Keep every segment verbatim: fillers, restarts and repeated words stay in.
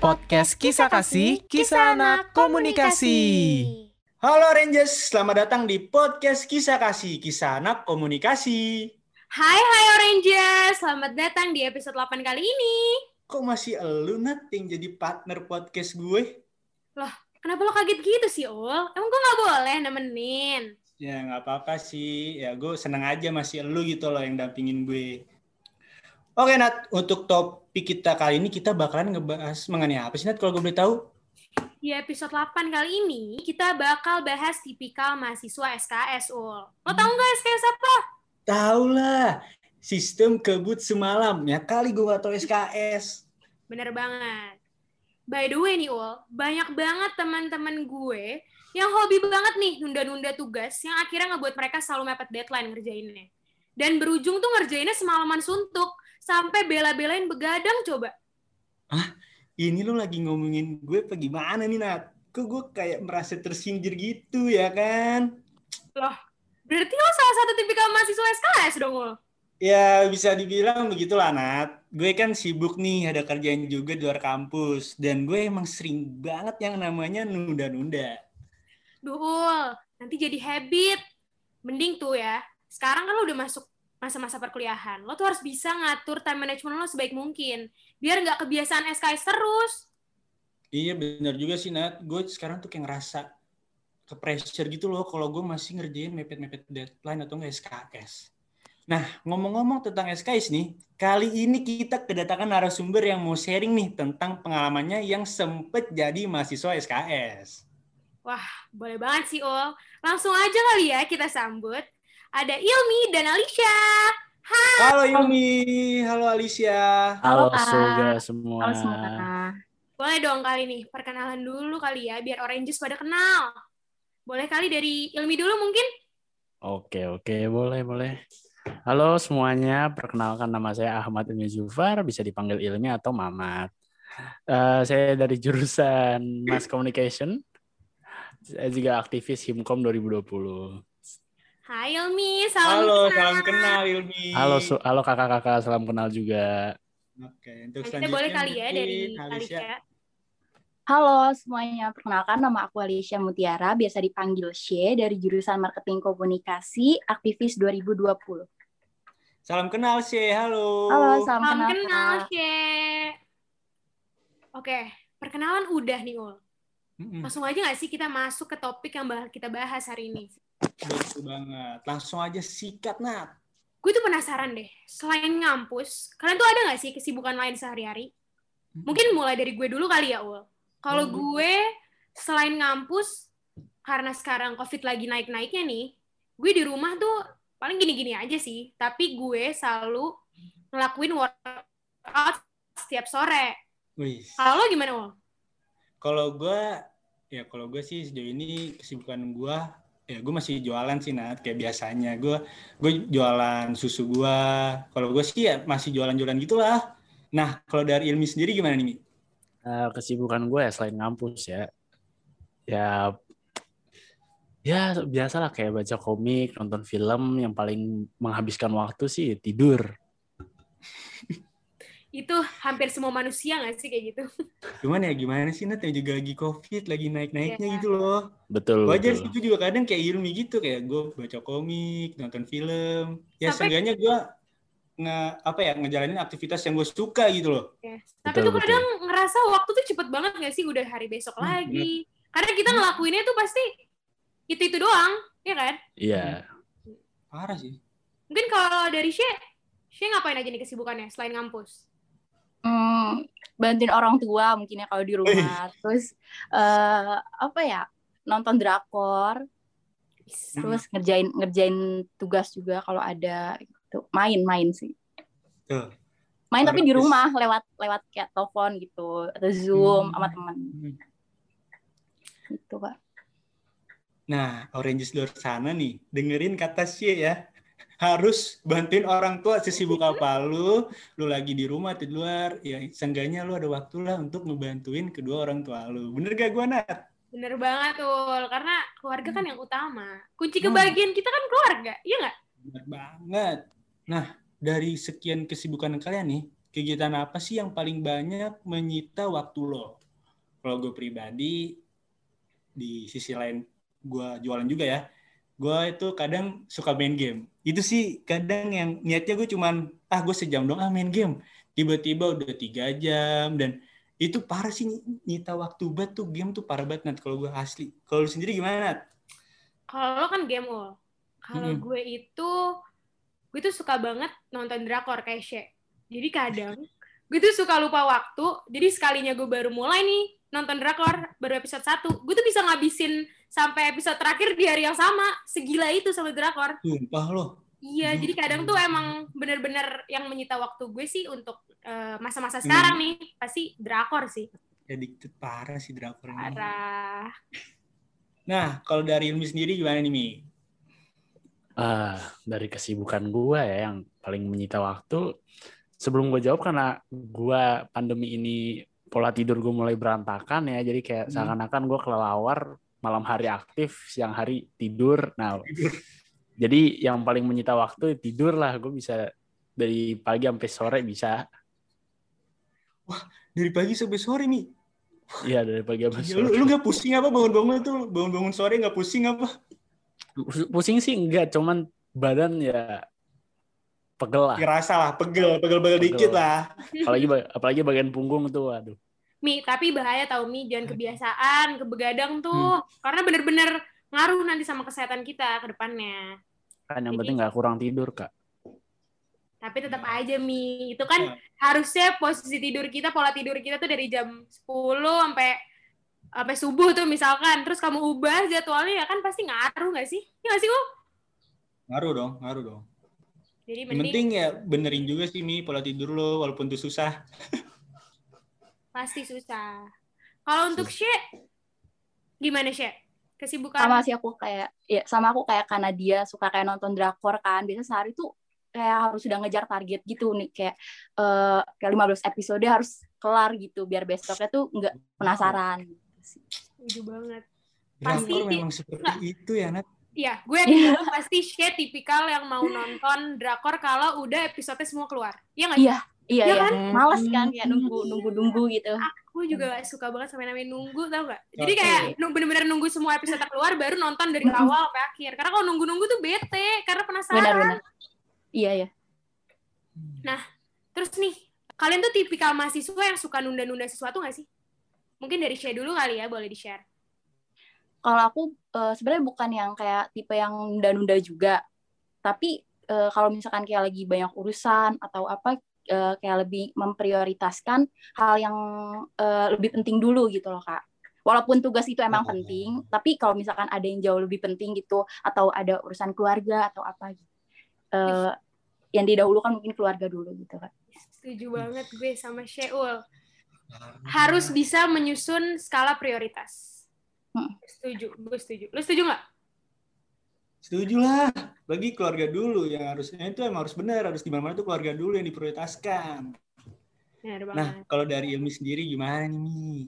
podcast Kisah Kasih, Kisah Anak Komunikasi. Halo Rangers, selamat datang di podcast Kisah Kasih, Kisah Anak Komunikasi. Hai hai Rangers, selamat datang di episode delapan kali ini. Kok masih elu Nat yang jadi partner podcast gue? Loh, kenapa lo kaget gitu sih, Ul? Emang gue gak boleh nemenin? Ya nggak apa-apa sih, ya gue seneng aja masih elu gitu loh yang dampingin gue. Oke Nat, untuk topik kita kali ini kita bakalan ngebahas mengenai apa sih Nat kalau gue boleh tahu? Di episode delapan kali ini kita bakal bahas tipikal mahasiswa S K S, Ul. Lo tau nggak S K S apa? Tahu lah, sistem kebut semalam. Ya kali gue nggak tahu S K S. Bener banget. By the way nih, Ul, banyak banget teman-teman gue yang hobi banget nih nunda-nunda tugas yang akhirnya ngebuat mereka selalu mepet deadline ngerjainnya. Dan berujung tuh ngerjainnya semalaman suntuk. Sampai bela-belain begadang coba. Ah, ini lo lagi ngomongin gue apa gimana nih, Nat? Kok gue kayak merasa tersindir gitu ya kan? Loh, berarti lo salah satu tipikal mahasiswa S K S dong lo? Ya, bisa dibilang begitulah, Nat. Gue kan sibuk nih, ada kerjaan juga di luar kampus. Dan gue emang sering banget yang namanya nunda-nunda. Duh, Ul, nanti jadi habit. Mending tuh ya, sekarang kan lo udah masuk masa-masa perkuliahan, lo tuh harus bisa ngatur time management lo sebaik mungkin, biar nggak kebiasaan S K S terus. Iya, benar juga sih, Nat. Gue sekarang tuh kayak ngerasa ke-pressure gitu loh, kalau gue masih ngerjain mepet-mepet deadline atau nggak S K S. Nah, ngomong-ngomong tentang S K S nih, kali ini kita kedatangan narasumber yang mau sharing nih tentang pengalamannya yang sempet jadi mahasiswa S K S. Wah, boleh banget sih, Ul. Langsung aja kali ya kita sambut. Ada Ilmi dan Alicia. Hai. Halo Ilmi, halo Alicia. Halo, Halo, Kak. Soga semua. Halo semua. Boleh dong kali nih, perkenalan dulu kali ya, biar Oranges pada kenal. Boleh kali dari Ilmi dulu mungkin? Oke, oke, boleh, boleh. Halo semuanya, perkenalkan nama saya Ahmad Ilmi Zufar, bisa dipanggil Ilmi atau Mamat. Uh, saya dari jurusan Mass Communication. Saya juga aktivis Himkom dua ribu dua puluh. Hai Ilmi, salam Halo, kenal. salam kenal Ilmi. Halo, su- halo kakak-kakak, salam kenal juga. Oke, untuk Kita selanjutnya boleh kali ya mungkin dari Alicia. Alicia. Halo semuanya, perkenalkan nama aku Alicia Mutiara, biasa dipanggil She, dari jurusan Marketing Komunikasi, aktivis dua ribu dua puluh. Salam kenal Sye, halo. Halo, salam, Salam kenal, kenal, Kak. She. Oke, perkenalan udah nih, Ul. Mm-mm. Langsung aja nggak sih kita masuk ke topik yang bah- kita bahas hari ini? Betul banget. Langsung aja sikat, Nat. Gue tuh penasaran deh, selain ngampus, kalian tuh ada nggak sih kesibukan lain sehari-hari? Mungkin mulai dari gue dulu kali ya, Ul. Kalau Hmm. gue, selain ngampus, karena sekarang COVID lagi naik-naiknya nih, gue di rumah tuh paling gini-gini aja sih. Tapi gue selalu ngelakuin workout setiap sore. Wih. Kalau lo gimana, Ul? Kalau gue, ya kalau gue sih sejauh ini kesibukan gue, ya gue masih jualan sih, Nat, kayak biasanya. Gue gue jualan susu gue. Kalau gue sih ya masih jualan-jualan gitulah. Nah, kalau dari Ilmi sendiri gimana nih, Mi? Uh, kesibukan gue ya selain ngampus ya, ya, ya biasalah kayak baca komik, nonton film. Yang paling menghabiskan waktu sih tidur. Itu hampir semua manusia nggak sih kayak gitu? Cuman ya gimana sih, Nat, yang juga lagi COVID, lagi naik-naiknya Yeah. gitu loh. Betul. Wajar betul. sih, gue juga kadang kayak Ilmi gitu, kayak gue baca komik, nonton film. Ya Sampai- seenggaknya gue nge apa ya ngejalanin aktivitas yang gue suka gitu loh. Ya. Tapi Betul, tuh kadang ngerasa waktu tuh cepet banget nggak sih? Udah hari besok Hmm, lagi. Karena kita ngelakuinnya tuh pasti itu-itu doang, ya kan? Iya. Parah sih. Mungkin kalau dari She, She ngapain aja nih kesibukannya selain ngampus? Hmm, bantuin orang tua mungkin ya kalau di rumah. Terus eh, apa ya? Nonton drakor. Terus ngerjain ngerjain tugas juga kalau ada gitu. Main-main sih. Tuh. Main tapi di Terus- rumah lewat lewat kayak telepon gitu atau Zoom Hmm. sama teman. Hmm. Gitu, Kak. Nah, Oranges luar sana nih, dengerin kata Sye ya. Harus bantuin orang tua sesibuk apa lu, lu lagi di rumah atau di luar, ya seenggaknya lu ada waktu lah untuk ngebantuin kedua orang tua lu. Bener gak gua, Nat? Bener banget tuh, karena keluarga kan yang utama. Kunci Hmm. kebahagiaan kita kan keluarga, iya nggak? Bener banget. Nah, dari sekian kesibukan kalian nih, kegiatan apa sih yang paling banyak menyita waktu lo? kalau gue pribadi di sisi lain gue jualan juga ya. Gue itu kadang suka main game. Itu sih kadang yang niatnya gue cuman, ah gue sejam dong ah main game. Tiba-tiba udah tiga jam. Dan itu parah sih, nyita waktu banget tuh game tuh parah banget Nat kalau gue asli. Kalau lu sendiri gimana Nat? Kalau lo kan game all. Kalau Mm-mm. gue itu, gue tuh suka banget nonton drakor kayak Shay. Jadi kadang, gue tuh suka lupa waktu. Jadi sekalinya gue baru mulai nih nonton drakor, baru episode satu. Gue tuh bisa ngabisin sampai episode terakhir di hari yang sama. Segila itu sama drakor. Sumpah loh. Iya, Aduh. jadi kadang tuh emang bener-bener yang menyita waktu gue sih untuk uh, masa-masa sekarang nih. Pasti drakor sih. Addicted parah sih drakor ini. Parah. Nah, kalau dari Ilmi sendiri gimana nih, Mi? Ah, dari kesibukan gue ya yang paling menyita waktu. Sebelum gue jawab, karena gue pandemi ini pola tidur gue mulai berantakan ya, jadi kayak hmm. seakan-akan gue kelelawar, malam hari aktif, siang hari tidur. Nah, tidur. Jadi yang paling menyita waktu tidur lah. Gue bisa dari pagi sampai sore bisa. Wah, dari pagi sampai sore nih? Iya, dari pagi sampai sore. Lu, lu gak pusing apa bangun-bangun tuh? Bangun-bangun sore gak pusing apa? Pusing sih enggak, cuman badan ya pegel lah. Ngerasa lah, pegel, pegel-pegel dikit lah. Apalagi apalagi bagian punggung tuh, aduh. Mi, tapi bahaya tau Mi, jangan kebiasaan, kebegadang tuh. Hmm. Karena bener-bener ngaruh nanti sama kesehatan kita ke depannya. Kan yang Jadi, penting nggak kurang tidur, Kak. Tapi tetap aja, Mi. Itu kan ya. Harusnya posisi tidur kita, pola tidur kita tuh dari jam sepuluh sampai sampai subuh tuh misalkan. Terus kamu ubah jadwalnya, ya kan pasti ngaruh nggak sih? Ya nggak sih, Ul? Ngaruh dong, ngaruh dong. Jadi mending... penting ya benerin juga sih, Mi, pola tidur lo, walaupun itu susah. Pasti susah. Kalau untuk Shay, gimana Shay? Kesibukan? Sama sih aku kayak, ya sama aku kayak karena dia suka kayak nonton drakor kan. Biasanya sehari tuh kayak harus sudah ngejar target gitu nih, kayak uh, kayak lima belas episode harus kelar gitu biar besoknya tuh nggak penasaran. Setuju banget. Pasti memang seperti nah, itu ya, Nat. Iya, gue yakin pasti Shay tipikal yang mau nonton drakor kalau udah episode semua keluar. Iya nggak? Iya, iya, ya iya. Kan? Males kan kayak nunggu, nunggu, nunggu gitu. Aku juga gak suka banget sama namanya nunggu, tau gak? Jadi kayak bener-bener nunggu semua episode keluar baru nonton dari awal sampai akhir. Karena kalau nunggu-nunggu tuh bete, karena penasaran. Benar-benar. Iya, iya. Nah, terus nih, kalian tuh tipikal mahasiswa yang suka nunda-nunda sesuatu gak sih? Mungkin dari Shay dulu kali ya, boleh di-share. Kalau aku uh, sebenarnya bukan yang kayak tipe yang nunda-nunda juga. Tapi uh, kalau misalkan kayak lagi banyak urusan atau apa, uh, kayak lebih memprioritaskan hal yang uh, lebih penting dulu gitu loh, Kak. Walaupun tugas itu emang oh. penting, tapi kalau misalkan ada yang jauh lebih penting gitu, atau ada urusan keluarga atau apa gitu, uh, yang didahulukan mungkin keluarga dulu gitu, Kak. Setuju banget gue sama Syeul. Harus bisa menyusun skala prioritas. Hmm. Setuju, gue setuju. Lu setuju nggak? Setuju lah. Bagi keluarga dulu yang harusnya itu emang harus benar, harus di mana-mana tuh keluarga dulu yang diprioritaskan. Nah, kalau dari Ilmi sendiri gimana nih, Mi?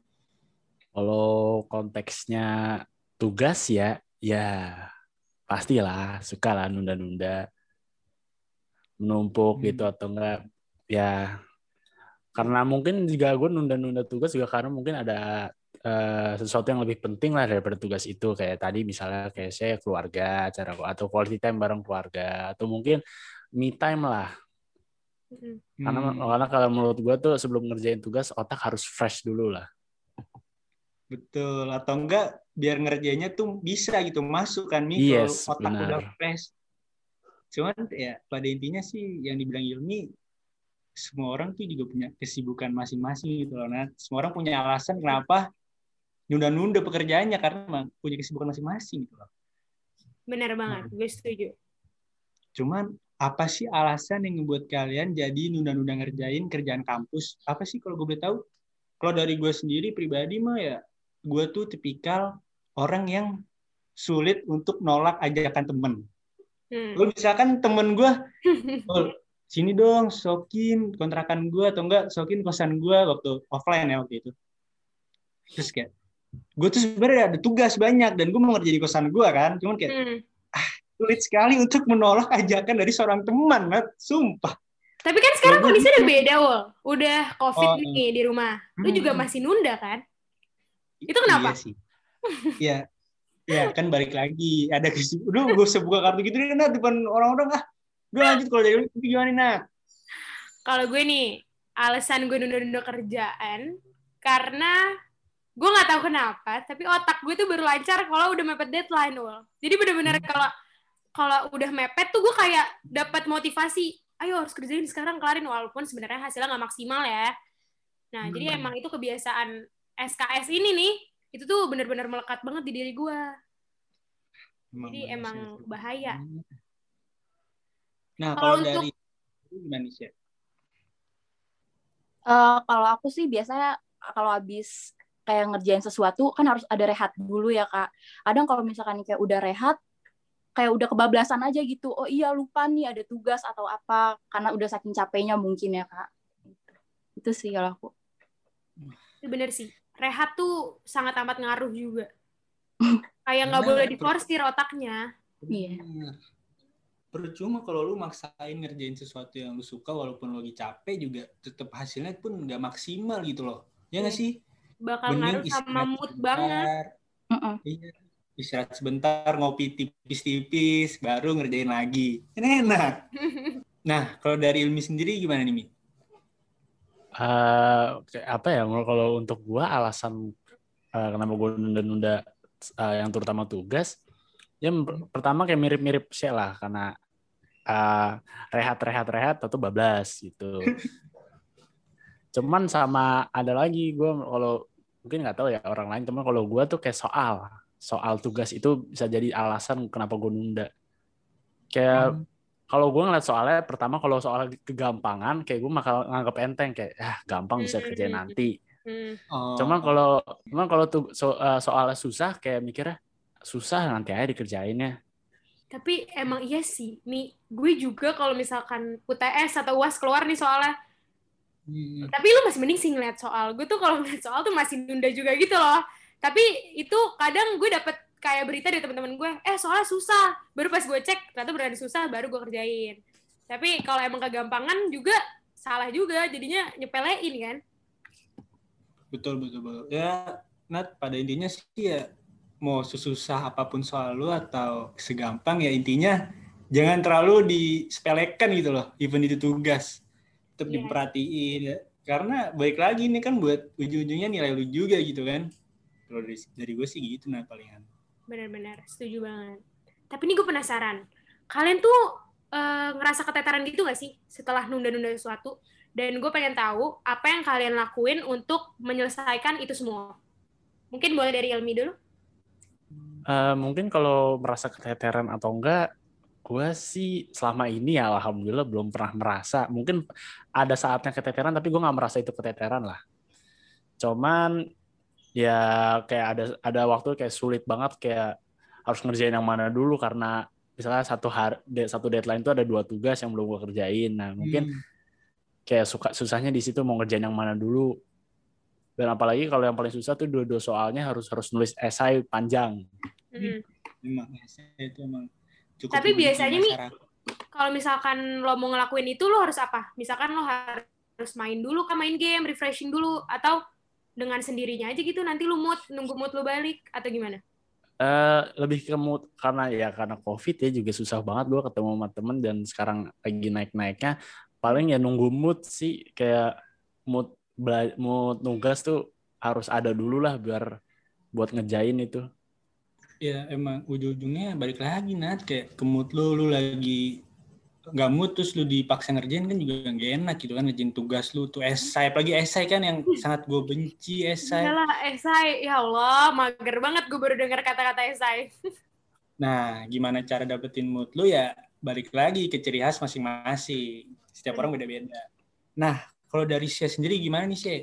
Kalau konteksnya tugas ya, ya pastilah suka lah nunda-nunda, menumpuk hmm. gitu atau enggak ya. Karena mungkin juga gue nunda-nunda tugas juga karena mungkin ada Uh, sesuatu yang lebih penting lah daripada tugas itu, kayak tadi misalnya kayak saya keluarga, acara atau quality time bareng keluarga, atau mungkin me time lah. Hmm. Karena karena kalau menurut gue tuh sebelum ngerjain tugas otak harus fresh dulu lah. Betul, atau enggak biar ngerjainnya tuh bisa gitu masuk kan nih yes, kalau otak benar. Udah fresh. Cuman ya pada intinya sih yang dibilang Ilmi, semua orang tuh juga punya kesibukan masing-masing gitu loh. Nah, semua orang punya alasan kenapa nunda-nunda pekerjaannya karena memang punya kesibukan masing-masing gitu loh. Benar banget, hmm. gue setuju. Cuman apa sih alasan yang membuat kalian jadi nunda-nunda ngerjain kerjaan kampus? Apa sih kalau gue boleh tahu? Kalau dari gue sendiri pribadi mah ya, gue tuh tipikal orang yang sulit untuk nolak ajakan temen. Hmm. Kalau misalkan temen gue, oh, sini dong sokin kontrakan gue atau enggak sokin kosan gue waktu offline ya waktu itu. Terus kayak gue tuh sebenarnya ada tugas banyak dan gue mau ngerjain di kosan gue kan, cuman kayak hmm. ah sulit sekali untuk menolak ajakan dari seorang teman, Nat, sumpah. Tapi kan sekarang kondisinya udah beda, Wol. Udah COVID oh, nih di rumah. Lu hmm. juga masih nunda kan? Itu kenapa? Iya sih. Iya. Ya kan balik lagi. Ada kesib... Udah gue usah buka kartu gitu deh Nat depan orang-orang ah. Udah lanjut kalau dari lu gimana Nat? Kalau gue nih, alasan gue nunda-nunda kerjaan karena gue nggak tahu kenapa, tapi otak gue tuh baru lancar kalau udah mepet deadline, Ul. Jadi bener-bener kalau kalau udah mepet tuh gue kayak dapat motivasi. Ayo harus kerjain sekarang, kelarin, walaupun sebenarnya hasilnya nggak maksimal ya. Nah, hmm. jadi emang itu kebiasaan S K S ini nih, itu tuh bener-bener melekat banget di diri gue. Emang jadi emang sih. Bahaya. Nah, kalau untuk... dari gimana sih? Uh, kalau aku sih biasanya kalau habis kayak ngerjain sesuatu kan harus ada rehat dulu ya Kak. Kadang kalau misalkan kayak udah rehat, kayak udah kebablasan aja gitu. Oh iya lupa nih ada tugas atau apa karena udah saking capeknya mungkin ya Kak. Itu sih kalau aku. Itu bener sih. Rehat tuh sangat amat ngaruh juga. Kayak nggak boleh diforsir otaknya. Iya. Percuma kalau lu maksain ngerjain sesuatu yang lu suka walaupun lu lagi capek juga tetap hasilnya pun nggak maksimal gitu loh. Ya nggak sih? Bakal ngaruh sama mood banget. Uh-uh. Iya. Istirahat sebentar, ngopi tipis-tipis, baru ngerjain lagi. Enak. Nah, kalau dari Ilmi sendiri gimana nih, Mi? Uh, apa ya, kalau untuk gue alasan uh, kenapa gue nunda-nunda uh, yang terutama tugas, ya hmm. pertama kayak mirip-mirip sih lah, karena uh, rehat-rehat-rehat atau bablas gitu. Cuman sama ada lagi, gue kalau mungkin nggak tahu ya orang lain, teman kalau gue tuh kayak soal soal tugas itu bisa jadi alasan kenapa gue nunda. Kayak hmm. kalau gue ngeliat soalnya, pertama kalau soal kegampangan, kayak gue bakal nganggap enteng, kayak ah gampang bisa kerjain nanti. Hmm. Oh. Cuman kalau cuman kalau tuh so, uh, soalnya susah, kayak mikirnya susah nanti aja dikerjainnya. Tapi emang iya sih, nih gue juga kalau misalkan U T S atau U A S keluar nih soalnya. Hmm. Tapi lu masih mending sih ngeliat soal. Gue tuh kalau ngeliat soal tuh masih nunda juga gitu loh. Tapi itu kadang gue dapet kayak berita dari teman-teman gue, eh soalnya susah. Baru pas gue cek, ternyata beneran susah, baru gue kerjain. Tapi kalau emang kegampangan juga salah juga, jadinya nyepelein kan. Betul, betul, betul. Ya, Nat, pada intinya sih ya, mau sesusah apapun soal lu atau segampang ya intinya jangan terlalu disepelekan gitu loh, even itu tugas. Tetap yeah. diperhatiin ya. Karena baik lagi ini kan buat ujung-ujungnya nilai lu juga gitu kan. Kalau dari, dari gue sih gitu nah palingan. Benar-benar, setuju banget. Tapi ini gue penasaran, kalian tuh uh, ngerasa keteteran gitu gak sih setelah nunda-nunda sesuatu? Dan gue pengen tahu apa yang kalian lakuin untuk menyelesaikan itu semua. Mungkin boleh dari Ilmi dulu? Uh, mungkin kalau merasa keteteran atau enggak, gue sih selama ini ya alhamdulillah belum pernah merasa. Mungkin ada saatnya keteteran, tapi gue nggak merasa itu keteteran lah. Cuman ya kayak ada ada waktu kayak sulit banget, kayak harus ngerjain yang mana dulu, karena misalnya satu hari satu deadline itu ada dua tugas yang belum gue kerjain. Nah mungkin hmm. kayak suka susahnya di situ mau ngerjain yang mana dulu. Dan apalagi kalau yang paling susah tuh dua-dua soalnya harus harus nulis esai panjang. Hmm. Memang esai itu emang cukup. Tapi biasanya Mi, kalau misalkan lo mau ngelakuin itu lo harus apa? Misalkan lo harus main dulu kan, main game, refreshing dulu, atau dengan sendirinya aja gitu nanti lu mood, nunggu mood lu balik atau gimana? Uh, lebih ke mood, karena ya karena COVID ya juga susah banget gue ketemu sama temen, dan sekarang lagi naik-naiknya, paling ya nunggu mood sih, kayak mood mood nugas tuh harus ada dulu lah biar buat ngejain itu. Ya emang ujung-ujungnya balik lagi Nat, kayak ke mood lu, lu lagi nggak mood terus lu dipaksa ngerjain kan juga nggak enak gitu kan, ngerjain tugas lu tuh esai, apalagi esai kan yang sangat gue benci esai. Iyalah esai, ya Allah mager banget gue baru dengar kata-kata esai. Nah gimana cara dapetin mood lu ya balik lagi ke ciri khas masing-masing, setiap hmm. orang beda-beda. Nah kalau dari Syah sendiri gimana nih Syah?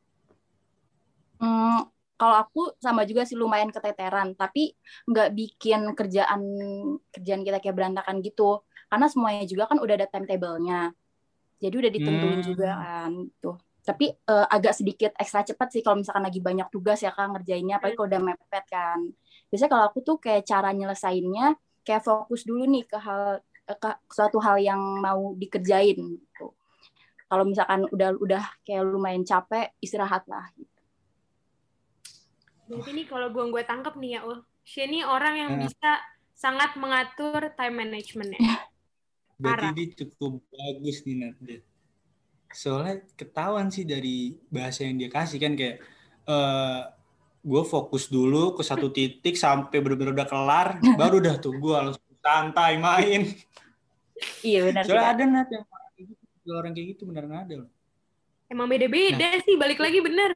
Hmm, kalau aku sama juga sih lumayan keteteran, tapi nggak bikin kerjaan kerjaan kita kayak berantakan gitu. Karena semuanya juga kan udah ada timetable-nya. Jadi udah ditentuin hmm. juga kan tuh. Tapi uh, agak sedikit ekstra cepat sih kalau misalkan lagi banyak tugas ya Kak ngerjainnya, apalagi kalau udah mepet kan. Biasanya kalau aku tuh kayak cara nyelesainnya kayak fokus dulu nih ke hal ke suatu hal yang mau dikerjain gitu. Kalau misalkan udah udah kayak lumayan capek, istirahat lah gitu. Berarti nih kalau gue gue tangkep nih ya Ul, Shea ini orang yang Nah. bisa sangat mengatur time management-nya. Berarti Parah. dia cukup bagus nih Nat. Soalnya ketahuan sih dari bahasa yang dia kasih kan kayak eh gue fokus dulu ke satu titik sampai bener-bener udah kelar, baru dah tuh gue langsung santai main. Iya benar sih Soalnya Kak. ada Nat yang orang kayak gitu, orang kayak gitu beneran ada loh. Emang beda-beda sih, balik lagi bener.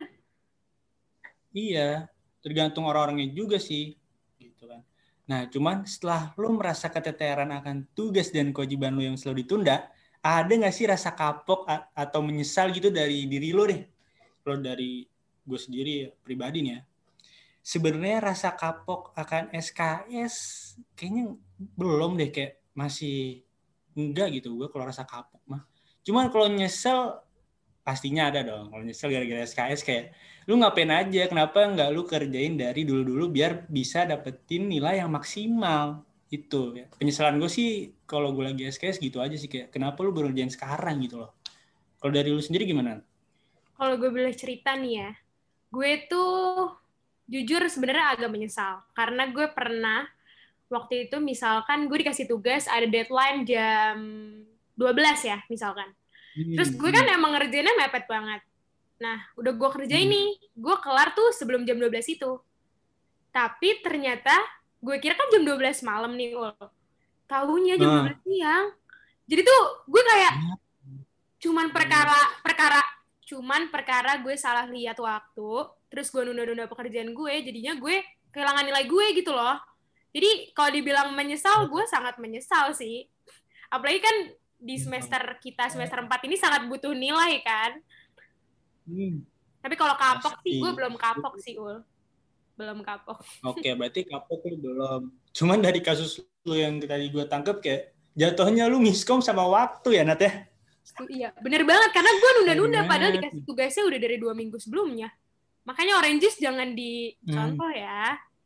Iya, tergantung orang-orangnya juga sih, gitu kan. Nah, cuman setelah lo merasa keteteran akan tugas dan kewajiban lo yang selalu ditunda, ada nggak sih rasa kapok a- atau menyesal gitu dari diri lo deh? Kalau dari gue sendiri ya, pribadi nih ya, sebenarnya rasa kapok akan S K S kayaknya belum deh, kayak masih enggak gitu gue kalau rasa kapok mah. Cuman kalau nyesel pastinya ada dong. Kalau nyesel gara-gara S K S kayak lu ngapain aja, kenapa nggak lu kerjain dari dulu-dulu biar bisa dapetin nilai yang maksimal itu ya. Penyesalan gue sih kalau gue lagi S K S gitu aja sih, kayak kenapa lu baru ngerjain sekarang gitu loh. Kalau dari lu sendiri gimana? Kalau gue boleh cerita nih ya, gue tuh jujur sebenarnya agak menyesal. Karena gue pernah, waktu itu misalkan gue dikasih tugas, ada deadline jam dua belas ya, misalkan. Terus gue kan Hmm. emang ngerjainnya mepet banget. Nah, udah gue kerjain Hmm. nih, gue kelar tuh sebelum jam dua belas itu. Tapi ternyata gue kira kan jam dua belas malam nih, Ul. Taunya jam dua belas Ah. siang. Jadi tuh gue kayak cuman perkara perkara cuman perkara gue salah lihat waktu, terus gue nunda-nunda pekerjaan gue, jadinya gue kehilangan nilai gue gitu loh. Jadi kalau dibilang menyesal, gue sangat menyesal sih. Apalagi kan di semester kita semester empat ini sangat butuh nilai kan. Hmm. Tapi kalau kapok Pasti. sih gue belum kapok sih, Ul. Belum kapok. Oke, berarti kapok lu belum. Cuman dari kasus lu yang tadi gue tangkep kayak jatuhnya lu miskom sama waktu ya, Nat ya? Iya, bener banget. Karena gue nunda-nunda, Aduh, padahal Nat. dikasih tugasnya udah dari dua minggu sebelumnya. Makanya orange juice jangan dicontoh Hmm. ya.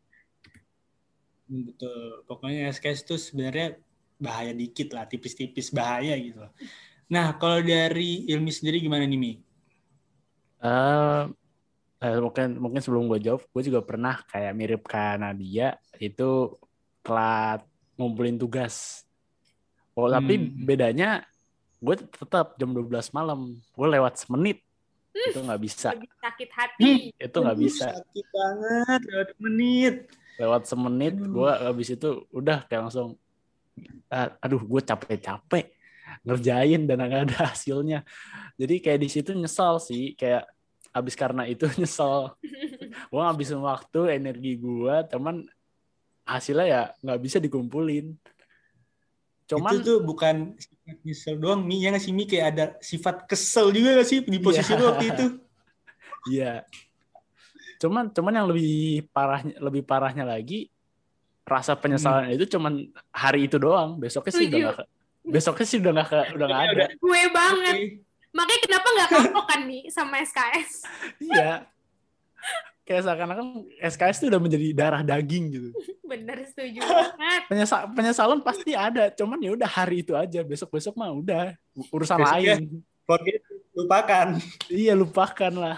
Betul. Pokoknya S K S itu sebenarnya bahaya dikit lah, tipis-tipis bahaya gitu. Nah, kalau dari Ilmi sendiri gimana nih, Mi? Uh, uh, mungkin mungkin sebelum gue jawab, gue juga pernah kayak mirip kayak Nadia, itu telat ngumpulin tugas. Oh, tapi Hmm. bedanya gue tetap jam dua belas malam, gue lewat semenit. Hmm, itu nggak bisa. Lebih sakit hati. Itu nggak bisa. Sakit banget, lewat menit. Lewat semenit, gue habis itu udah kayak langsung, aduh gue capek-capek ngerjain dan nggak ada hasilnya. Jadi kayak di situ nyesal sih, kayak abis karena itu nyesel. Gue ngabisin waktu, energi gue, teman hasilnya ya nggak bisa dikumpulin. Cuman itu tuh bukan sifat nyesel doang, Mi, ya nggak sih, Mi, kayak ada sifat kesel juga nggak sih di posisi iya. lu waktu itu? Iya. Cuman cuman yang lebih parahnya lebih parahnya lagi, rasa penyesalan hmm. itu cuman hari itu doang. Besoknya sih udah nggak besoknya sih udah nggak udah nggak ada. Gue banget. Okay. Makanya kenapa nggak kapok kan nih sama S K S? Iya. Kayak seakan-akan S K S itu udah menjadi darah daging gitu. Bener, setuju banget. Penyesal, penyesalan pasti ada, cuman ya udah hari itu aja, besok-besok mah udah urusan besok lain. Ya, forget, lupakan. Iya, lupakan lah.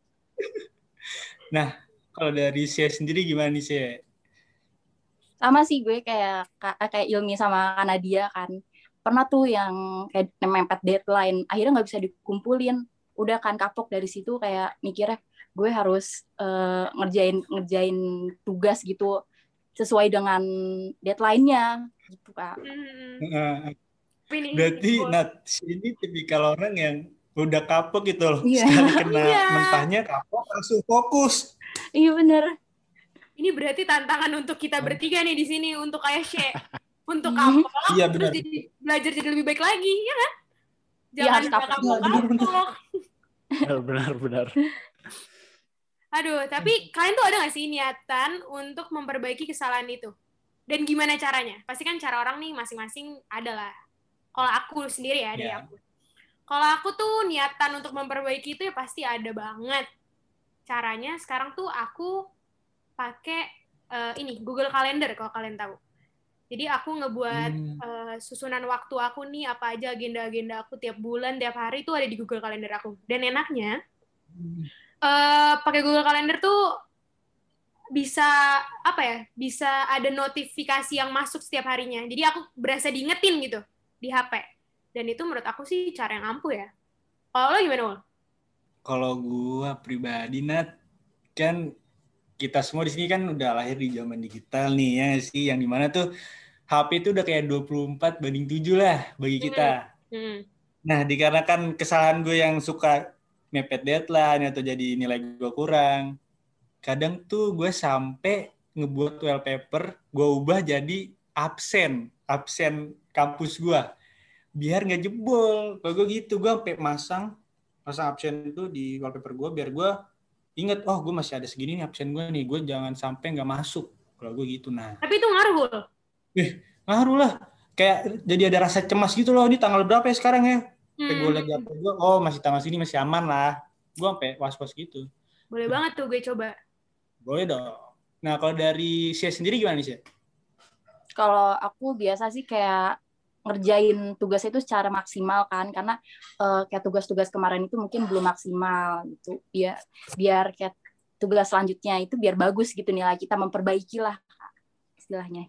Nah, kalau dari saya sendiri gimana nih, saya? Sama sih gue kayak kayak Ilmi sama Nadia kan. Pernah tuh yang kayak mepet deadline, akhirnya nggak bisa dikumpulin. Udah kan kapok dari situ, kayak mikirnya gue harus uh, ngerjain ngerjain tugas gitu sesuai dengan deadline-nya gitu, Kak. Nah, berarti Nat, ini tipikal orang yang udah kapok gitu loh. Yeah. Sekali kena yeah. mentahnya kapok, langsung fokus. Iya bener. Ini berarti tantangan untuk kita bertiga nih di sini, untuk kayak Shea. Untuk kapok, iya, terus jadi, belajar jadi lebih baik lagi, ya kan? Jangan ya, kapok-kapok. Benar-benar. Aduh, tapi kalian tuh ada nggak sih niatan untuk memperbaiki kesalahan itu? Dan gimana caranya? Pasti kan cara orang nih masing-masing adalah. Kalau aku sendiri ya, dari yeah. aku. Kalau aku tuh niatan untuk memperbaiki itu ya pasti ada banget. Caranya sekarang tuh aku pakai uh, ini Google Calendar kalau kalian tahu. Jadi aku ngebuat hmm. uh, susunan waktu aku nih, apa aja agenda-agenda aku tiap bulan, tiap hari tuh ada di Google Calendar aku. Dan enaknya hmm. Uh, pakai Google Calendar tuh bisa apa ya? Bisa ada notifikasi yang masuk setiap harinya. Jadi aku berasa diingetin gitu di H P. Dan itu menurut aku sih cara yang ampuh ya. Kalau lo gimana, Ul? Kalau gua pribadi, Nat, kan kita semua di sini kan udah lahir di zaman digital nih ya sih, yang dimana tuh H P itu udah kayak dua puluh empat banding tujuh lah bagi kita. Hmm. Hmm. Nah, dikarenakan kesalahan gue yang suka mepet deadline atau jadi nilai gue kurang, kadang tuh gue sampai ngebuat wallpaper, gue ubah jadi absen, absen kampus gue, biar nggak jebol. Kalau gue gitu, gue sampai masang, pasang absen itu di wallpaper gue, biar gue inget, oh gue masih ada segini nih absen gue nih, gue jangan sampai nggak masuk. Kalau gue gitu, nah. Tapi itu ngaruh, Ul. Eh, ngaruh lah. Kayak jadi ada rasa cemas gitu loh, ini tanggal berapa ya sekarang ya? Kayak gue liat di H P gue, oh masih tanggal segini, masih aman lah. Gue sampai was-was gitu. Boleh banget tuh gue coba. Boleh dong. Nah, kalau dari Sia sendiri gimana nih, Sia? Kalau aku biasa sih kayak ngerjain tugas itu secara maksimal kan, karena uh, kayak tugas-tugas kemarin itu mungkin belum maksimal gitu. Biar biar kayak tugas selanjutnya itu biar bagus gitu nilai kita, memperbaiki lah istilahnya.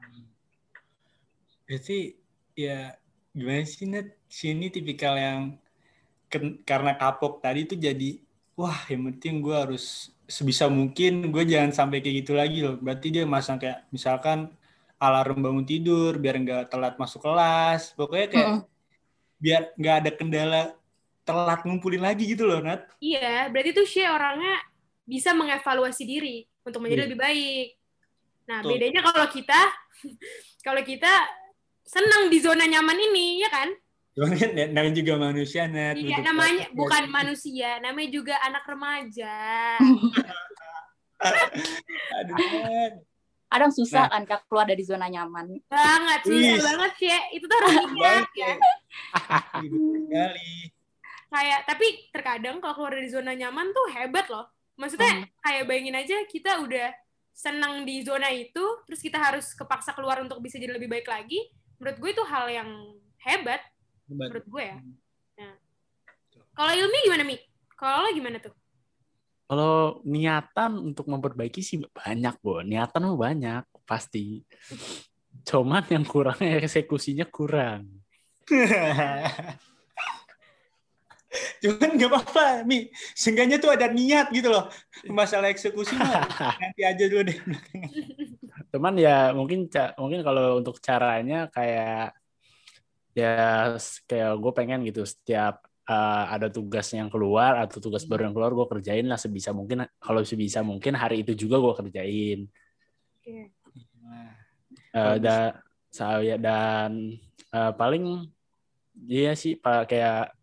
Berarti ya gimana sih, Net? Sini tipikal yang ken- karena kapok tadi tuh jadi, wah yang penting gue harus sebisa mungkin gue jangan sampai kayak gitu lagi loh. Berarti dia masang kayak misalkan alarm bangun tidur biar nggak telat masuk kelas. Pokoknya kayak Mm-mm. biar nggak ada kendala telat ngumpulin lagi gitu loh, Nat. Iya, berarti tuh Shay orangnya bisa mengevaluasi diri untuk menjadi Iya. lebih baik. Nah, Betul. bedanya kalau kita, kalau kita senang di zona nyaman ini, ya kan? Cuman kan namanya juga manusia, Nat. Iya, Butuh namanya proses. bukan manusia, namanya juga anak remaja. Aduh, Nat. Kadang susah Nah. kan Kak, keluar dari zona nyaman. Banget, susah Wih. banget sih. Itu tuh harus ingat ya. Sekali. Kayak, tapi terkadang kalau keluar dari zona nyaman tuh hebat loh. Maksudnya Hmm. kayak bayangin aja kita udah senang di zona itu, terus kita harus kepaksa keluar untuk bisa jadi lebih baik lagi. Menurut gue itu hal yang hebat, Hebat. menurut gue ya. Nah, kalau Ilmi gimana, Mi? Kalau lo gimana tuh? Kalau niatan untuk memperbaiki sih banyak, Bo. Niatan mah banyak, pasti. Cuman yang kurangnya eksekusinya kurang. Cuman nggak apa-apa, Mi. Seenggaknya tuh ada niat gitu loh. Masalah eksekusi mah nanti aja dulu deh. Cuman ya mungkin mungkin kalau untuk caranya kayak ya kayak gue pengen gitu setiap uh, ada tugas yang keluar atau tugas baru yang keluar gue kerjain lah sebisa mungkin. Kalau sebisa mungkin hari itu juga gue kerjain. Okay. Uh, da, saya dan uh, paling dia sih pak kayak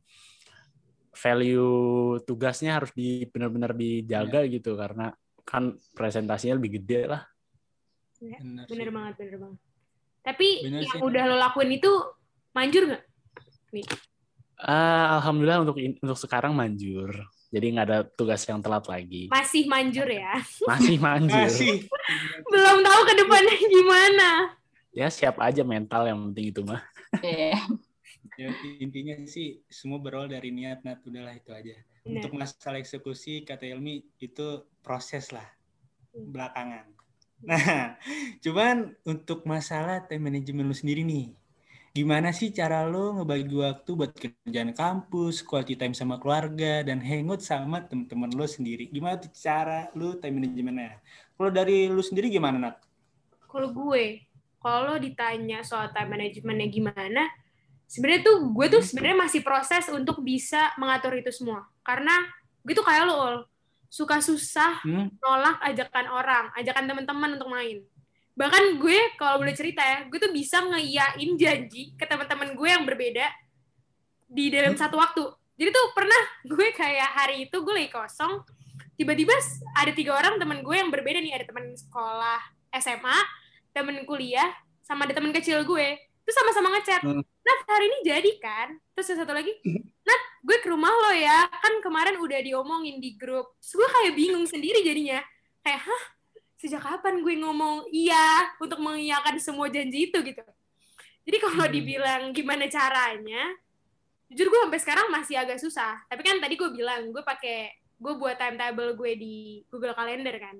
value tugasnya harus di benar-benar dijaga ya. Gitu karena kan presentasinya lebih gede lah. Ya, bener, bener banget, bener banget. Tapi bener yang sih. Udah lo lakuin itu manjur nggak? Uh, Alhamdulillah untuk untuk sekarang manjur. Jadi nggak ada tugas yang telat lagi. Masih manjur ya? Masih manjur. Masih. Belum tahu ke depannya gimana. Ya siap aja mental yang penting itu mah. Yeah. Ya, intinya sih semua berawal dari niat, Nat. Udahlah itu aja. Bener. Untuk masalah eksekusi, kata Ilmi, itu proses lah. Belakangan. Nah, cuman untuk masalah time management lu sendiri nih. Gimana sih cara lo ngebagi waktu buat kerjaan kampus, quality time sama keluarga, dan hangout sama teman-teman lo sendiri? Gimana tuh cara lo time managementnya? Kalau dari lo sendiri gimana, Nat? Kalau gue, kalau ditanya soal time managementnya gimana, sebenarnya tuh gue tuh sebenarnya masih proses untuk bisa mengatur itu semua. Karena gue tuh kayak lo, Ol, suka susah hmm? nolak ajakan orang, ajakan teman-teman untuk main. Bahkan gue kalau boleh cerita ya, gue tuh bisa ngeiyain janji ke teman-teman gue yang berbeda di dalam hmm? satu waktu. Jadi tuh pernah gue kayak hari itu gue lagi kosong, tiba-tiba ada tiga orang teman gue yang berbeda nih, ada teman sekolah S M A, teman kuliah, sama ada teman kecil gue. Terus sama-sama ngechat, hmm. Nat hari ini jadi kan? Terus yang satu lagi, Nat gue ke rumah lo ya, kan kemarin udah diomongin di grup. Terus gue kayak bingung sendiri jadinya, kayak hah? Sejak kapan gue ngomong iya untuk mengiyakan semua janji itu gitu. Jadi kalau hmm. dibilang gimana caranya, jujur gue sampai sekarang masih agak susah. Tapi kan tadi gue bilang gue pakai gue buat timetable gue di Google Calendar kan.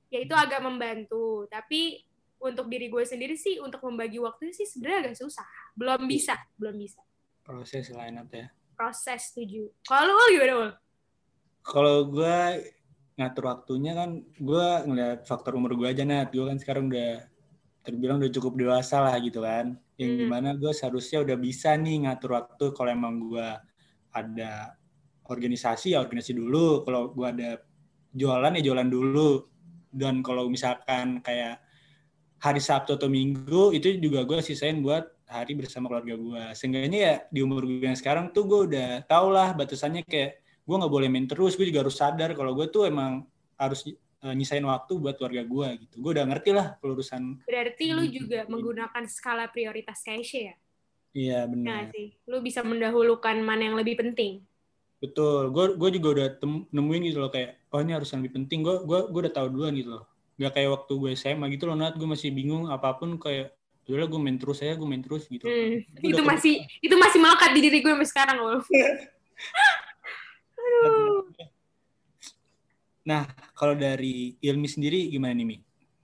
ya itu agak membantu. Tapi untuk diri gue sendiri sih, untuk membagi waktunya sih sebenarnya agak susah. Belum bisa, belum bisa. Proses line up ya. Proses, setuju. Kalau lu gimana, Ul? Kalau gue ngatur waktunya kan, gue ngeliat faktor umur gue aja, Nat. Gue kan sekarang udah terbilang udah cukup dewasa lah gitu kan. Yang Hmm. dimana gue seharusnya udah bisa nih ngatur waktu kalau emang gue ada organisasi ya organisasi dulu. Kalau gue ada jualan ya jualan dulu. Dan kalau misalkan kayak hari Sabtu atau Minggu itu juga gue sisain buat hari bersama keluarga gue. Seenggaknya ya di umur gue yang sekarang tuh gue udah tau lah batasannya, kayak gue nggak boleh main terus. Gue juga harus sadar kalau gue tuh emang harus uh, nyisain waktu buat keluarga gue gitu. Gue udah ngerti lah pelurusan. Berarti lu juga menggunakan skala prioritas kayak Shay ya? Iya Nah benar. sih, lu bisa mendahulukan mana yang lebih penting. Betul. Gue gue juga udah tem- nemuin gitu loh, kayak oh ini harus yang lebih penting. Gue gue gue udah tahu duluan gitu loh. Gak kayak waktu gue S M A gitu loh, Nat. Gue masih bingung apapun, kayak udah gue main terus aja, gue main terus gitu. Hmm, Itu itu udah masih itu masih melekat di diri gue sampai sekarang loh. Aduh. Nah, kalau dari Ilmi sendiri gimana nih, Mi?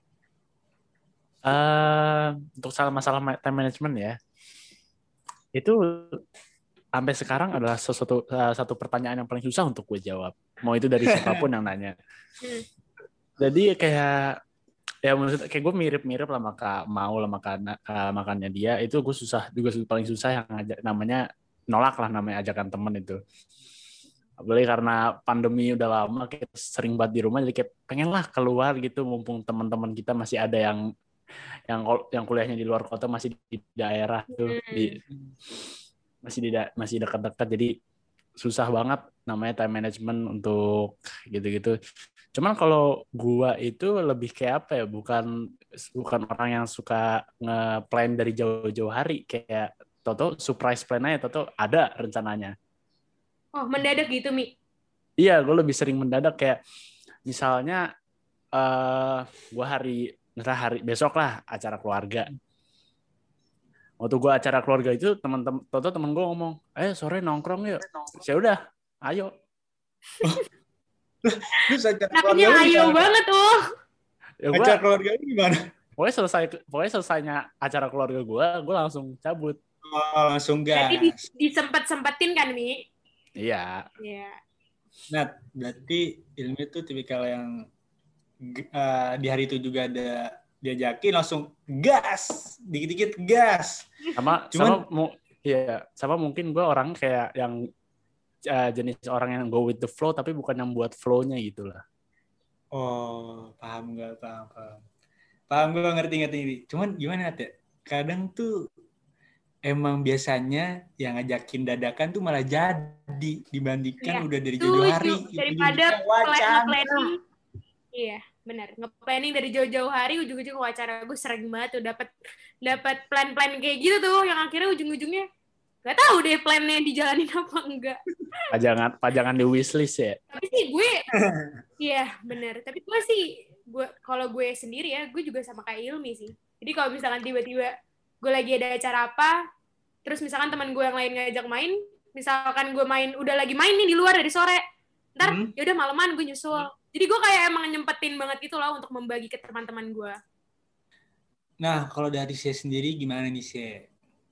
Uh, untuk masalah time management ya, itu sampai sekarang adalah sesuatu uh, satu pertanyaan yang paling susah untuk gue jawab. Mau itu dari siapapun yang nanya. Hmm. Jadi kayak ya maksudnya kayak gue mirip-mirip lah maka mau lah makan uh, makannya dia, itu gue susah juga, paling susah yang ngajak, namanya nolak lah, namanya ajakan temen itu. Apalagi karena pandemi udah lama, kita sering banget di rumah, jadi kayak pengen lah keluar gitu, mumpung teman-teman kita masih ada yang yang yang kuliahnya di luar kota, masih di daerah tuh, Hmm. di masih di masih dekat-dekat, jadi susah banget namanya time management untuk gitu-gitu. Cuman kalau gua itu lebih kayak apa ya, bukan bukan orang yang suka nge-plan dari jauh-jauh hari, kayak toto surprise plan aja, toto ada rencananya. Oh, mendadak gitu, Mi? Iya, gue lebih sering mendadak, kayak misalnya uh, gua hari misalnya hari besok lah acara keluarga. Waktu gue acara keluarga itu, teman-teman, toto teman gue ngomong, ayo sore nongkrong yuk. Ya udah, ayo. Naknya ayo banget tuh. Ya, gua, acara keluarga ini gimana? Pokoknya selesai, pokoknya selesainya acara keluarga gue, gue langsung cabut. Oh, langsung gas. Berarti disempet-sempetin kan, Mi? Iya. Iya. Nah, berarti Ilmi itu tipikal yang uh, di hari itu juga ada diajakin langsung gas, dikit-dikit gas. Sama, Cuman, sama, ya, sama mungkin gue orang kayak yang uh, jenis orang yang go with the flow, tapi bukan yang buat flow-nya gitu lah. Oh, paham nggak? Paham, paham. Paham gue, ngerti-ngerti. Cuman gimana ya? Kadang tuh emang biasanya yang ngajakin dadakan tuh malah jadi dibandingkan ya, udah dari jauh-jauh hari. Daripada planning. Iya, benar. Nge-planning dari jauh-jauh hari, ujung-ujung wawancara gue sering banget tuh dapat dapat plan-plan kayak gitu tuh, yang akhirnya ujung-ujungnya nggak tahu deh plannya dijalanin apa enggak. Pajangan, pajangan di wishlist ya. Tapi sih gue, iya benar. Tapi gue sih, gue kalau gue sendiri ya, gue juga sama kayak Ilmi sih. Jadi kalau misalkan tiba-tiba gue lagi ada acara apa, terus misalkan teman gue yang lain ngajak main, misalkan gue main udah lagi main nih di luar dari sore, ntar hmm. yaudah malaman gue nyusul. Jadi gue kayak emang nyempetin banget gitu loh untuk membagi ke teman-teman gue. Nah, kalau dari saya sendiri gimana nih, Shay?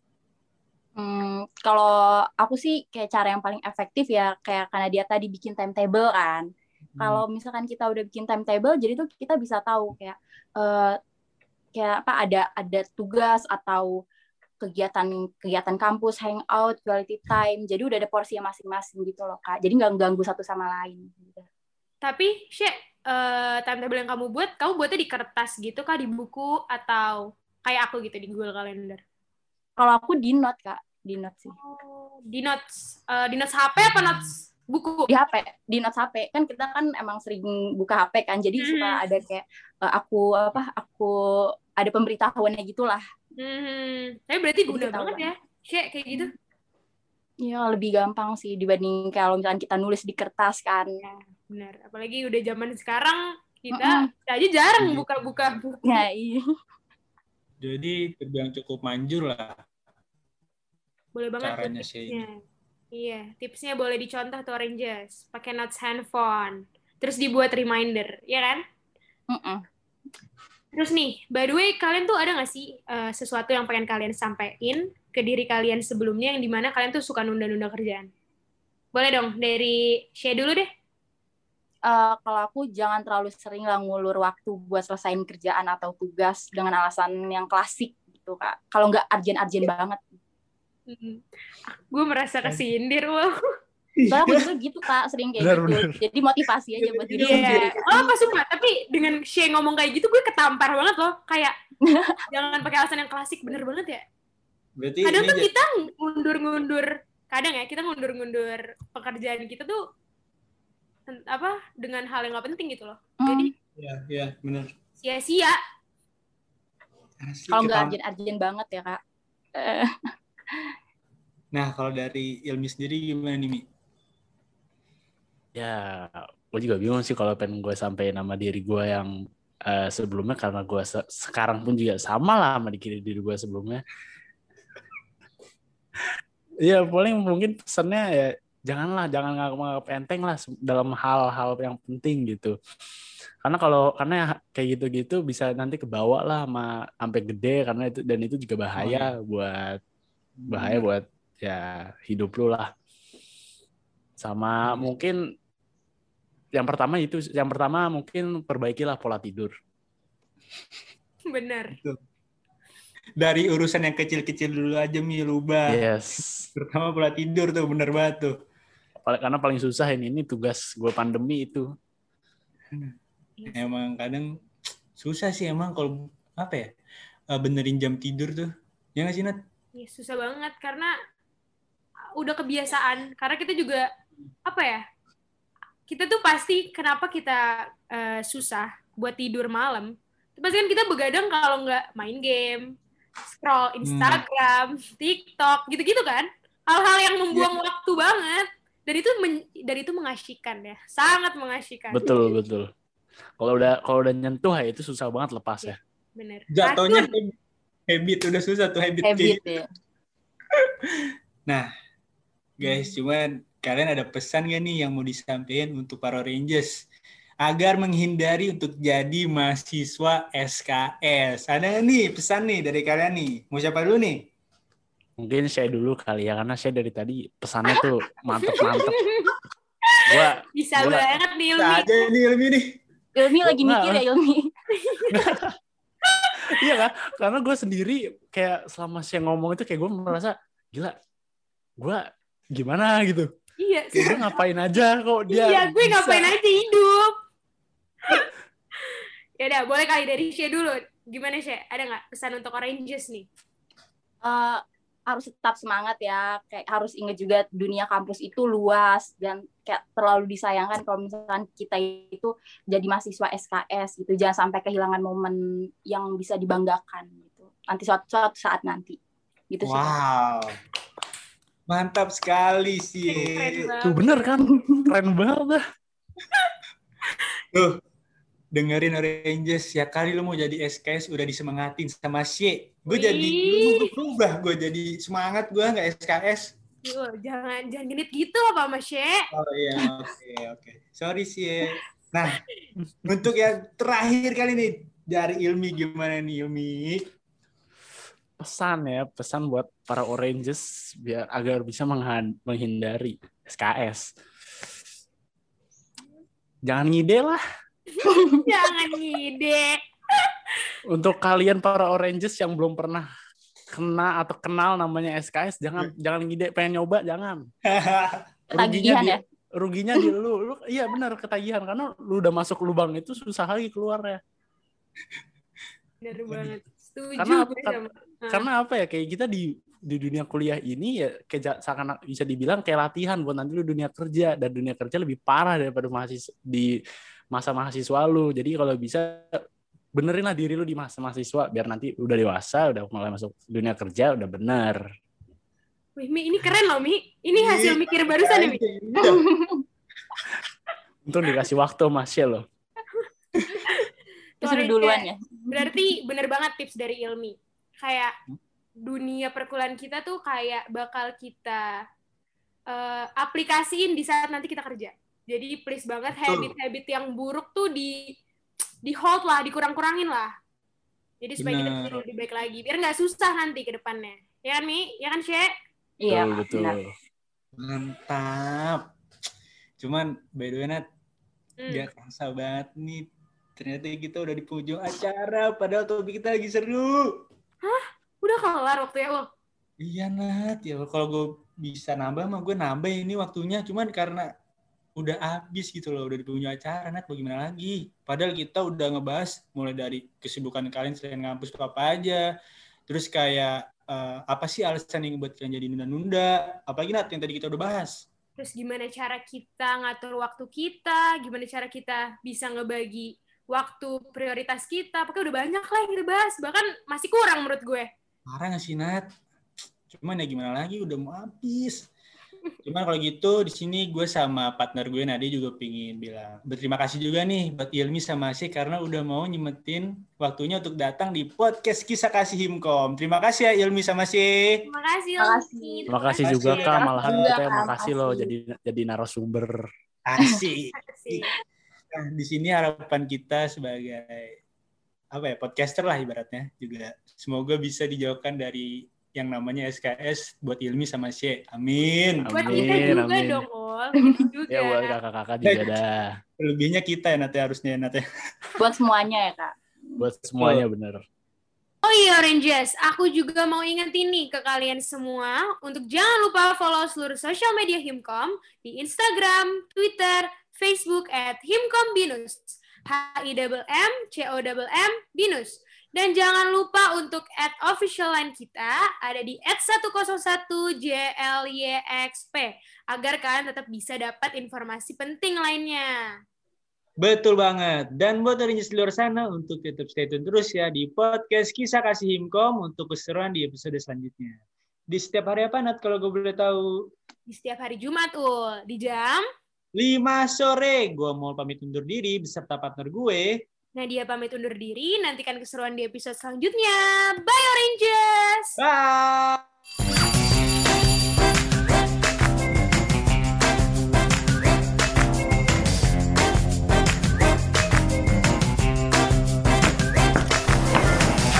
Hmm, kalau aku sih kayak cara yang paling efektif ya, kayak karena dia tadi bikin timetable kan. Hmm. Kalau misalkan kita udah bikin timetable, jadi tuh kita bisa tahu kayak uh, kayak apa ada ada tugas atau kegiatan kegiatan kampus, hangout, quality time. Jadi udah ada porsinya masing-masing gitu loh, Kak. Jadi nggak ganggu satu sama lain. Gitu. Tapi, Shay, uh, timetable yang kamu buat, kamu buatnya di kertas gitu kah, di buku, atau kayak aku gitu, di Google Calendar? Kalau aku di note, Kak. Di note sih. Oh, di notes. Uh, di notes H P apa notes buku? Di H P. Di notes H P. Kan kita kan emang sering buka H P kan, jadi hmm. suka ada kayak, uh, aku, apa, aku, ada pemberitahuannya gitulah. Hmm. Tapi berarti guna banget ya, Shay, kayak gitu? Iya, lebih gampang sih dibanding kalau misalkan kita nulis di kertas kan. Ya, benar. Apalagi udah zaman sekarang, kita, mm-mm. kita aja jarang buka-buka buku. Ya, iya. Jadi terbilang cukup manjur lah. Boleh banget caranya sih. Iya, tipsnya boleh dicontoh tuh Oranges. Pakai notes handphone. Terus dibuat reminder, ya kan? Mm-mm. Terus nih, by the way, kalian tuh ada nggak sih uh, sesuatu yang pengen kalian sampaikan ke diri kalian sebelumnya yang dimana kalian tuh suka nunda-nunda kerjaan? Boleh dong, dari Shay dulu deh. Uh, kalau aku jangan terlalu sering lah ngulur waktu buat selesain kerjaan atau tugas dengan alasan yang klasik gitu, Kak. Kalau nggak urgent-urgent banget. Hmm. Gue merasa kesindir, wow. Soalnya aku juga gitu, Kak, sering kayak bener, gitu. Bener. Jadi motivasi aja buat diri yeah. sendiri. Oh, apa sumpah? Tapi dengan Shay ngomong kayak gitu, gue ketampar banget loh. Kayak, jangan pakai alasan yang klasik, bener banget ya. Berarti kadang tuh jadi... kita ngundur-ngundur, kadang ya, kita ngundur-ngundur pekerjaan kita tuh, apa, dengan hal yang gak penting gitu loh. Hmm. Jadi, iya, iya, bener. Sia-sia. Kalau nggak urgent-urgent banget ya, Kak. Nah, kalau dari Ilmi sendiri gimana nih, Mi? Ya, gue juga bingung sih kalau pengen gue sampai nama diri gue yang uh, sebelumnya, karena gue se- sekarang pun juga sama lah sama diri diri gue sebelumnya. Ya, paling mungkin pesannya ya janganlah, jangan nganggap enteng lah dalam hal-hal yang penting gitu. Karena kalau karena kayak gitu-gitu bisa nanti kebawa lah sama sampai gede, karena itu dan itu juga bahaya oh, iya. buat bahaya hmm. buat ya hidup lu lah. Sama hmm. mungkin yang pertama itu, yang pertama mungkin perbaikilah pola tidur. Benar. Dari urusan yang kecil-kecil dulu aja, Mi, rubah. Yes. Pertama pola tidur tuh, benar banget tuh. Karena paling susah ini, ini tugas gue pandemi itu. Emang kadang susah sih emang kalau apa ya, benerin jam tidur tuh. Ya nggak sih, Nat? Ya, susah banget karena udah kebiasaan. Karena kita juga apa ya? Kita tuh pasti kenapa kita uh, susah buat tidur malam. Pasti kan kita begadang kalau nggak main game, scroll Instagram, hmm. TikTok, gitu-gitu kan. Hal-hal yang membuang yeah. waktu banget. Dan itu men- dari itu mengasyikan ya, sangat mengasyikan. Betul betul. Kalau udah kalau udah nyentuh ya itu susah banget lepas ya. Bener. Jatuhnya habit, habit udah susah tuh habit. Habit ya. Nah, guys, cuman kalian ada pesan gak nih yang mau disampaikan untuk para Rangers agar menghindari untuk jadi mahasiswa S K S? Ada nih pesan nih dari kalian nih. Mau siapa dulu nih? Mungkin saya dulu kali ya, karena saya dari tadi pesannya tuh mantep-mantep. Gua bisa gua, banget nih Ilmi. Bisa aja nih Ilmi nih. Ilmi lagi mikir ya Ilmi. Iya kan? Karena gue sendiri kayak selama saya ngomong itu kayak gue merasa gila. Gue gimana gitu. Iya. Gue ngapain aja kok dia. Iya, gue bisa. ngapain aja hidup. Ya udah, boleh kali dari Shay dulu. Gimana Shay? Ada nggak pesan untuk Oranges nih? Uh, harus tetap semangat ya, kayak harus ingat juga dunia kampus itu luas dan kayak terlalu disayangkan kalau misalkan kita itu jadi mahasiswa S K S gitu, jangan sampai kehilangan momen yang bisa dibanggakan gitu nanti suatu, suatu saat nanti gitu sih. Wow, mantap sekali sih. Tuh bener kan, keren banget dah. Tuh dengerin Oranges ya, kali lu mau jadi S K S udah disemangatin sama Shay. Gue jadi gue berubah, gue jadi semangat, gue nggak S K S. Yo, jangan jangan genit gitu apa Mas Shay. Oh iya, oke okay, oke. Okay. Sorry Shay. Nah, untuk yang terakhir kali nih dari Ilmi, gimana nih Ilmi? Pesan ya, pesan buat para Oranges biar agar bisa menghindari S K S. Jangan ngide lah. Jangan ngide. Untuk kalian para Oranges yang belum pernah kena atau kenal namanya S K S, jangan jangan ngide pengen nyoba, jangan. Ruginya di, ya? ruginya di lu, lu iya benar ketagihan karena lu udah masuk lubang itu susah lagi keluarnya. Benar banget. Setuju. Karena apa, karena apa ya, kayak kita di di dunia kuliah ini ya kayak seakan bisa dibilang kayak latihan buat nanti lu dunia kerja, dan dunia kerja lebih parah daripada mahasiswa di masa mahasiswa lu. Jadi kalau bisa benerin lah diri lu di masa mahasiswa biar nanti udah dewasa, udah mulai masuk dunia kerja udah bener. Wih, Mi, ini keren loh, Mi. Ini hasil mikir barusan nih, Mi. Untung dikasih waktu Mas Shay loh. Terus duluan ya. Berarti bener banget tips dari Ilmi. Kayak dunia perkuliahan kita tuh kayak bakal kita uh, aplikasiin di saat nanti kita kerja. Jadi please banget habit-habit yang buruk tuh di di hold lah, dikurang-kurangin lah. Jadi supaya kita bisa lebih baik lagi. Biar nggak susah nanti ke depannya. Ya kan, Mi? Ya kan, Syek? Iya, betul. benar. Mantap. Cuman, by the way, Nat, Hmm. gak kerasa banget nih. Ternyata kita udah di penghujung acara. Padahal topik kita lagi seru. Hah? Udah kelar waktunya, Ul? Iya, Nat. Ya, kalau gue bisa nambah mah gue nambah ini waktunya. Cuman karena udah habis gitu loh. Udah di penghujung acara, Nat. Bagaimana lagi? Padahal kita udah ngebahas mulai dari kesibukan kalian selain ngampus itu apa aja. Terus kayak uh, apa sih alasan yang buat kalian jadi nunda-nunda? Apalagi Nat yang tadi kita udah bahas. Terus gimana cara kita ngatur waktu kita, gimana cara kita bisa ngebagi waktu prioritas kita. Pokoknya udah banyak lah yang kita bahas. Bahkan masih kurang menurut gue. Parah gak sih, Nat? Cuman ya gimana lagi, udah mau habis. Cuman kalau gitu, di sini gue sama partner gue, Nadi, juga pingin bilang berterima kasih juga nih buat Ilmi sama Syek karena udah mau nyemetin waktunya untuk datang di podcast Kisah Kasih Himkom. Terima kasih ya Ilmi sama Syek. Terima kasih. Makasih. Terima kasih juga, Makasih. Kak. Malahan Juga, kita Kak. makasih loh Makasih. jadi jadi narasumber. Asik. Asik. Nah, di sini harapan kita sebagai apa ya, podcaster lah ibaratnya juga semoga bisa dijauhkan dari yang namanya S K S buat Ilmi sama Syek. Amin. Buat Amin, kita juga amin. dong, Ul. Kita juga. Ya buat kakak-kakak juga dah. Lebihnya kita ya Nat ya, harusnya Nat ya. Buat semuanya ya, Kak. Buat semuanya bener. Oh iya, Oranges. Aku juga mau ingetin nih ke kalian semua untuk jangan lupa follow seluruh sosial media Himkom di Instagram, Twitter, Facebook at Himkom Binus. H I M M C O M M Binus. Dan jangan lupa untuk add official line kita ada di at seratus satu J L Y X P agar kalian tetap bisa dapat informasi penting lainnya. Betul banget. Dan buat Oranges di luar sana untuk tetap stay tune terus ya di podcast Kisah Kasih Himkom untuk keseruan di episode selanjutnya. Di setiap hari apa Nat kalau gue boleh tahu? Di setiap hari Jumat, Ul. Di jam lima sore. Gue mau pamit undur diri beserta partner gue. Nadia pamit undur diri. Nantikan keseruan di episode selanjutnya. Bye, Oranges! Bye!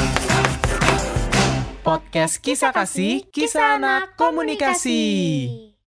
Podcast Kisah Kasih, Kisah Anak Komunikasi.